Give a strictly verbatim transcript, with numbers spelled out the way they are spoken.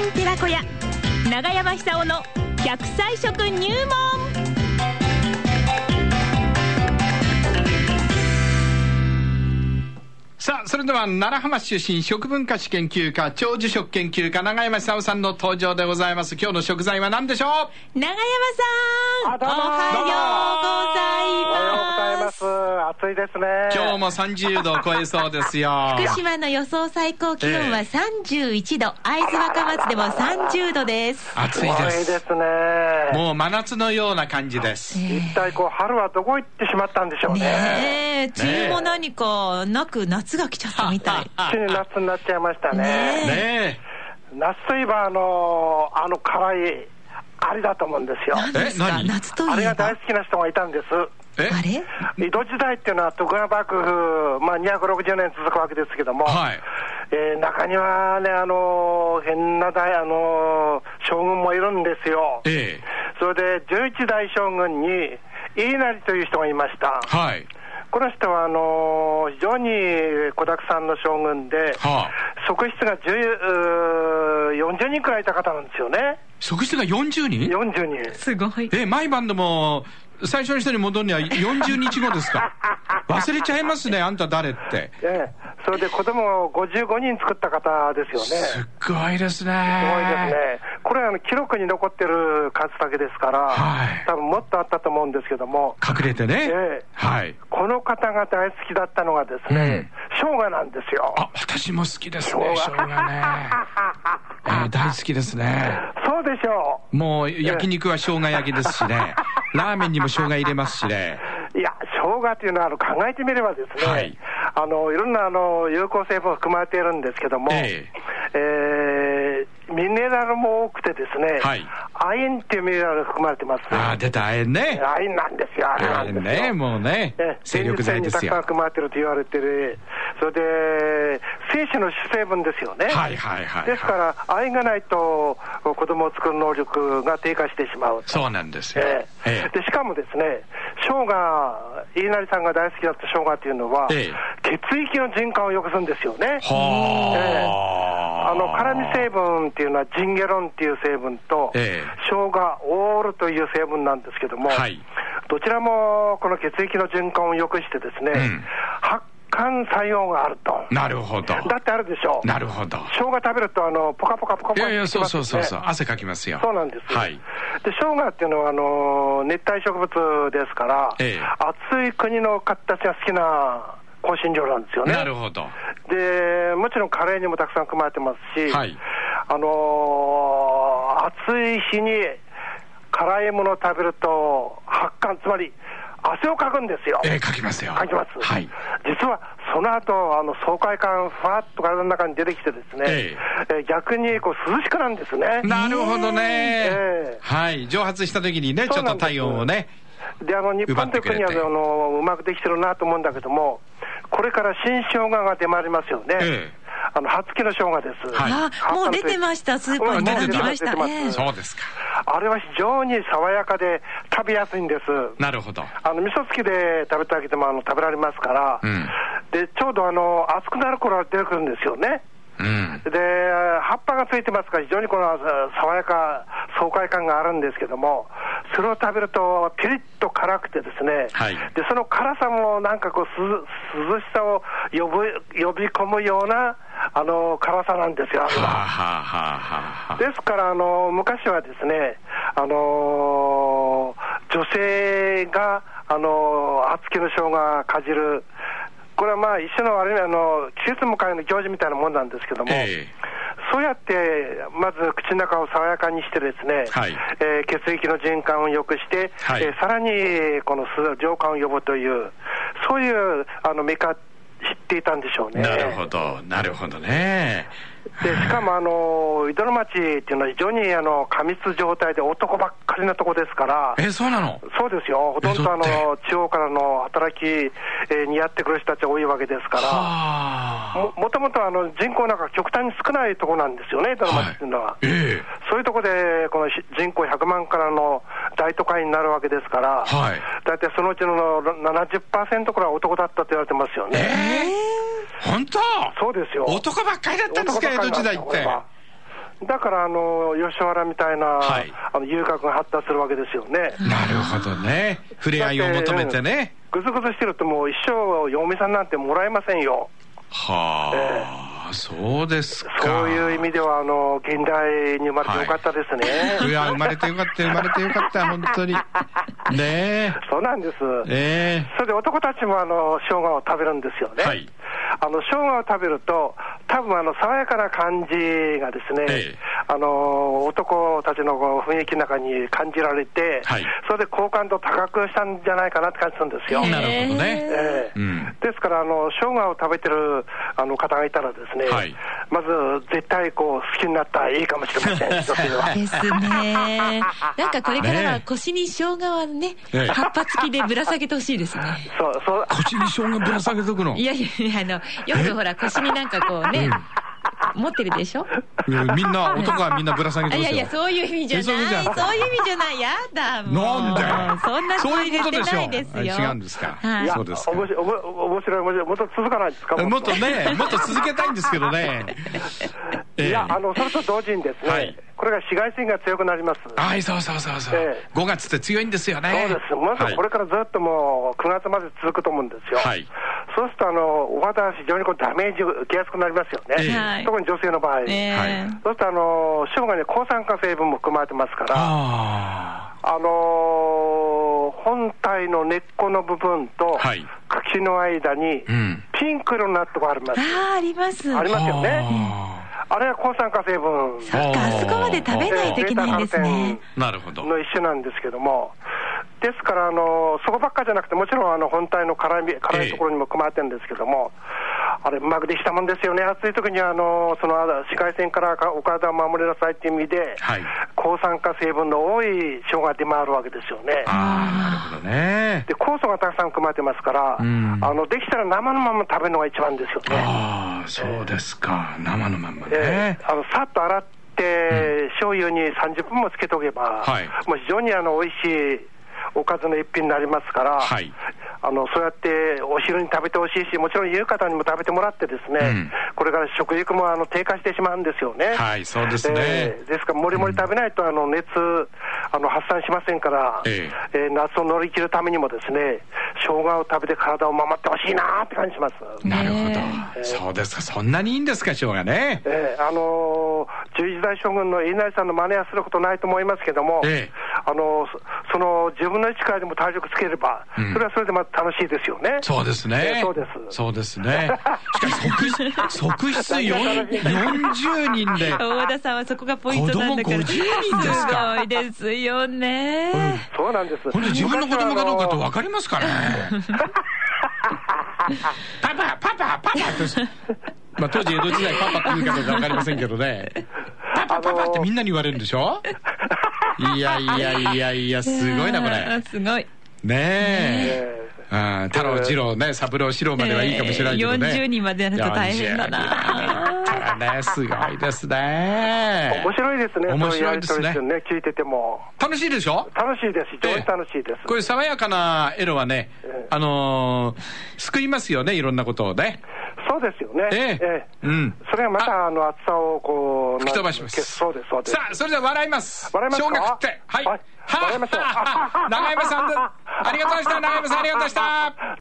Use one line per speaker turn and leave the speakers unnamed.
人寺子屋長山久夫の百歳食入門。
さあ、それでは奈良浜市出身食文化史研究家長寿食研究家長山久夫さんの登場でございます。今日の食材は何でしょう？
長山さん、
あ、どうも
おはようございます。
おはようございます。暑いですね。
今日もさんじゅうどを超えそうですよ。
福島の予想最高気温はさんじゅういちど、会津若松でもさんじゅうどです。
暑いです。
すごいですね。
もう真夏のような感じです。
一体こう春はどこ行ってしまったんでしょうね。
ねえ、梅雨も何かなく夏が来ちゃったみたい。
一気に夏になっちゃいましたね。
ねえ。
ね
夏といえばあのあの辛いあれだと思うんですよ。
何ですか？
え何
夏といえば
あれが大好きな人がいたんです。
え
あれ？
江戸時代っていうのは徳川幕府、まあ、にひゃくろくじゅうねん続くわけですけども、
はい、
えー、中にはね、あのー、変な大、あのー、将軍もいるんですよ。
ええ、
それでじゅういちだい将軍に飯成という人がいました。
はい、
この人はあのー、非常に子だくさんの将軍で、
はあ、
側室がじゅうよんじゅうにんくらいいた方なんですよね。
側室がよんじゅうにん？
よんじゅうにん。
すごい。
え、毎晩でも最初の人に戻るにはよんじゅうにちごですか？忘れちゃいますね、あんた誰って。
ええ、それで子供をごじゅうごにん作った方ですよね。
すっごいですね。
すごいですね。これはあの記録に残ってる数だけですから、
はい、
多分もっとあったと思うんですけども、
隠れてね、
ええ、
はい、
この方が大好きだったのがですね、うん、生姜なんですよ。
あ、私も好きですね、生姜ね。えー、大好きですね。
そうでしょ
う。もう焼肉は生姜焼きですしね、ラーメンにも生姜入れますしね。
いや、生姜っていうのはあの考えてみればですね、はい、あのいろんなあの有効成分が含まれているんですけども、えーえー、ミネラルも多くてですね、はい、亜鉛っていうミネラルが含まれてます。
ああ、出た、亜鉛ね。
亜鉛なんですよ、
亜鉛ね、もうね、精力剤ですよ。
たくさん含まれてると言われてる。それで精子の主成分ですよね。
はいはいはい、はい、です
から亜鉛がないと子供を作る能力が低下してしまう。
そうなんですよ、
えーえー、でしかもですね、生姜、飯成さんが大好きだった生姜っていうのは、えー、血液の循環を良くするんですよね。は、えー、あの辛味成分っていうのはジンゲロンっていう成分と、えー、生姜オールという成分なんですけども、はい、どちらもこの血液の循環を良くしてですね、うん、発汗作用があると。
なるほど。
だってあるでしょう。
なるほど。
生姜食べるとあのポカポカポカポカ、ね、
いやいや、そうそうそうそう、汗かきますよ。
そうなんです。
はい。
で生姜っていうのはあの熱帯植物ですから、ええ、暑い国の方たちが好きな香辛料なんですよね。
なるほど。
でもちろんカレーにもたくさん含まれてますし、はい、あのー、暑い日に辛いものを食べると発汗、つまり汗をかくんですよ。
ええ、かきますよ。
かきます。
はい。
実はその後あの爽快感ふわっと体の中に出てきてですね、えええー、逆にこう涼しくなるんですね。
なるほどね、
えー、
はい。蒸発した時にね、ちょっと体温をね、
であの日本という国はあのうまくできてるなと思うんだけども、これから新生姜が出回りますよね。ええ、あの葉付きの生姜です。
はい、あ、もう出てました。スーパーに並びました。
ええ、そうですか。
あれは非常に爽やかで食べやすいんです。
なるほど。
あの味噌付きで食べてあげてもあの食べられますから、うん、でちょうどあの暑くなる頃は出てくるんですよね。うん、で葉っぱがついてますから非常にこの爽やか爽快感があるんですけども、それを食べるとピリッと辛くてですね、はい、でその辛さもなんかこう涼しさを呼ぶ呼び込むようなあの辛さなんですよ。はあはあはあ、ですからあの昔はですね、あの女性があの葉付きの生姜をかじる、これはまあ一種のあれあの季節迎えの行事みたいなもんなんですけども、えー、そうやってまず口の中を爽やかにしてですね、はい、えー、血液の循環を良くして、はい、えー、さらにこの浄化を呼ぶという、そういうあのメカ知っていたんでしょうね。
なるほど、なるほどね。
でしかもあの井戸の町っていうのは非常にあの過密状態で男ばっかりなとこですから。
え、そうなの？
そうですよ。ほとんどあの地方からの働き、えー、にやってくる人たちが多いわけですから、も, もともとあの人口なんか極端に少ないところなんですよね、井戸の町っていうのは、はい、えー、そういうところでこの人口ひゃくまんからの大都会になるわけですから、はい、だいたいそのうちの ななじゅっパーセント くらい男だったと言われてますよね。
えー、本当？
そうですよ。
男ばっかりだったんですか、江戸時代って。
だからあの吉原みたいな、はい、あの遊郭が発達するわけですよね。
なるほどね。触れ合いを求めてね。
ぐずぐずしてるともう一生嫁さんなんてもらえませんよ。
はあ、えー、そうですか。
そういう意味ではあの現代に生まれてよかったですね。
はい、いや生まれてよかった生まれてよかった本当に。ねえ。
そうなんです。
えー、
それで男たちもあの生姜を食べるんですよね。はい。あの生姜を食べると多分あの爽やかな感じがですね、ええ、あの男たちの雰囲気の中に感じられて、はい、それで好感度高くしたんじゃないかなって感じするんですよ。
なるほどね、
えーうん、ですからあの生姜を食べてるあの方がいたらですね、はい、まず絶対こう好きになったらいいかもしれません。女性は
ですね。なんかこれからは腰に生姜はね、ね葉っぱ付きでぶら下げてほしいですね。
そうそう。
腰に生姜ぶら下げとくの。
いやいやあのよくほら腰になんかこうね、うん、持ってるでしょ。
みんな男はみんなぶら下げてますよ。
いやいやそういう意味じゃない。そういう意味じゃない。やだもう。
なんで。
そんなつもりでしてないですよ。
違うんですか。
はい、そうですか。面白い面白い面白い。もっと続かないですか。
もっとねもっと続けたいんですけどね。
いやあのそれと同時にですね、はい、これが紫外線が強くなります。
はいそうそうそうそう、えー、ごがつって強いんですよね。
そうです。まずこれからずっともうくがつまで続くと思うんですよ。はい、そうするとあのお肌は非常にこうダメージを受けやすくなりますよね、えー、特に女性の場合、えー、そうするとあの生姜に抗酸化成分も含まれてますから、あ、あのー、本体の根っこの部分と茎の間にピンク色になるところあります。
あ, あ, あります
ありますよね。あれは抗酸化成分。
そっか、あそこまで食べないといけないんですね。
なるほど。
の一種なんですけども、ですからあのそこばっかじゃなくてもちろんあの本体の辛い辛いところにも含まれてるんですけども、えー、あれうまくできたもんですよね。暑い時にあのその紫外線からお体を守りなさいっていう意味で、はい、抗酸化成分の多い生姜が出回るわけですよね。
ああ、なるほどね。
で酵素がたくさん含まれてますから、うん、あのできたら生のまま食べるのが一番ですよね。
ああ、そうですか、えー、生のままね、
えー、あのさっと洗って、うん、醤油にさんじゅっぷんもつけておけば、はい、もう非常にあの美味しいおかずの一品になりますから、はい、あのそうやってお昼に食べてほしいし、もちろん言う方にも食べてもらってですね、うん、これから食欲もあの低下してしまうんですよね。
はい、そうですね。
えー、ですからもりもり食べないとあの熱、あの発散しませんから、えーえー、夏を乗り切るためにもですね、生姜を食べて体を守ってほしいなって感じします。
なるほど、えー、そうですか。そんなにいいんですか、生姜ね。
えー、あのー、十一代将軍の飯成さんの真似はすることないと思いますけども、えー、あのー、その自分の位置からでも体力つければ、うん、それはそれでまた楽しいですよね。
そうですね、
えー、そうです
そうですね。しかし側室よんじゅうにんで
大田さんはそこがポイントなんだから。
子供ごじゅうにんですか。
すごいですよね、
うん、そうなんです。
ほんで自分の子供かどうかって分かりますかね。パパパパパパとまあ当時江戸時代パパって言うかどうか分かりませんけどね。パパパパってみんなに言われるんでしょ。いやいやいやいや、すごいなこれ。
すごい
ねえ。あ、太郎次郎ね、三郎四郎まではいいかもしれないけどね、
よんじゅうにんまでやると大変だな。
ね、すごいですね。
面白いですね。
面白いですね。
聞いてても
楽しいでしょ。
楽しいです。非常に楽しいです。
これ爽やかなエロはね、あの救いますよね、いろんなことをね。
そうですよね。ええええ、うん。それがまたあの暑さをこう
吹き飛ばします。
そうですそうです。
さあ、それでは笑います。
笑いますか。
小学って、はい。
はい、笑いましょう。
長山さん、ありがとうございました。長山さんありがとうございました。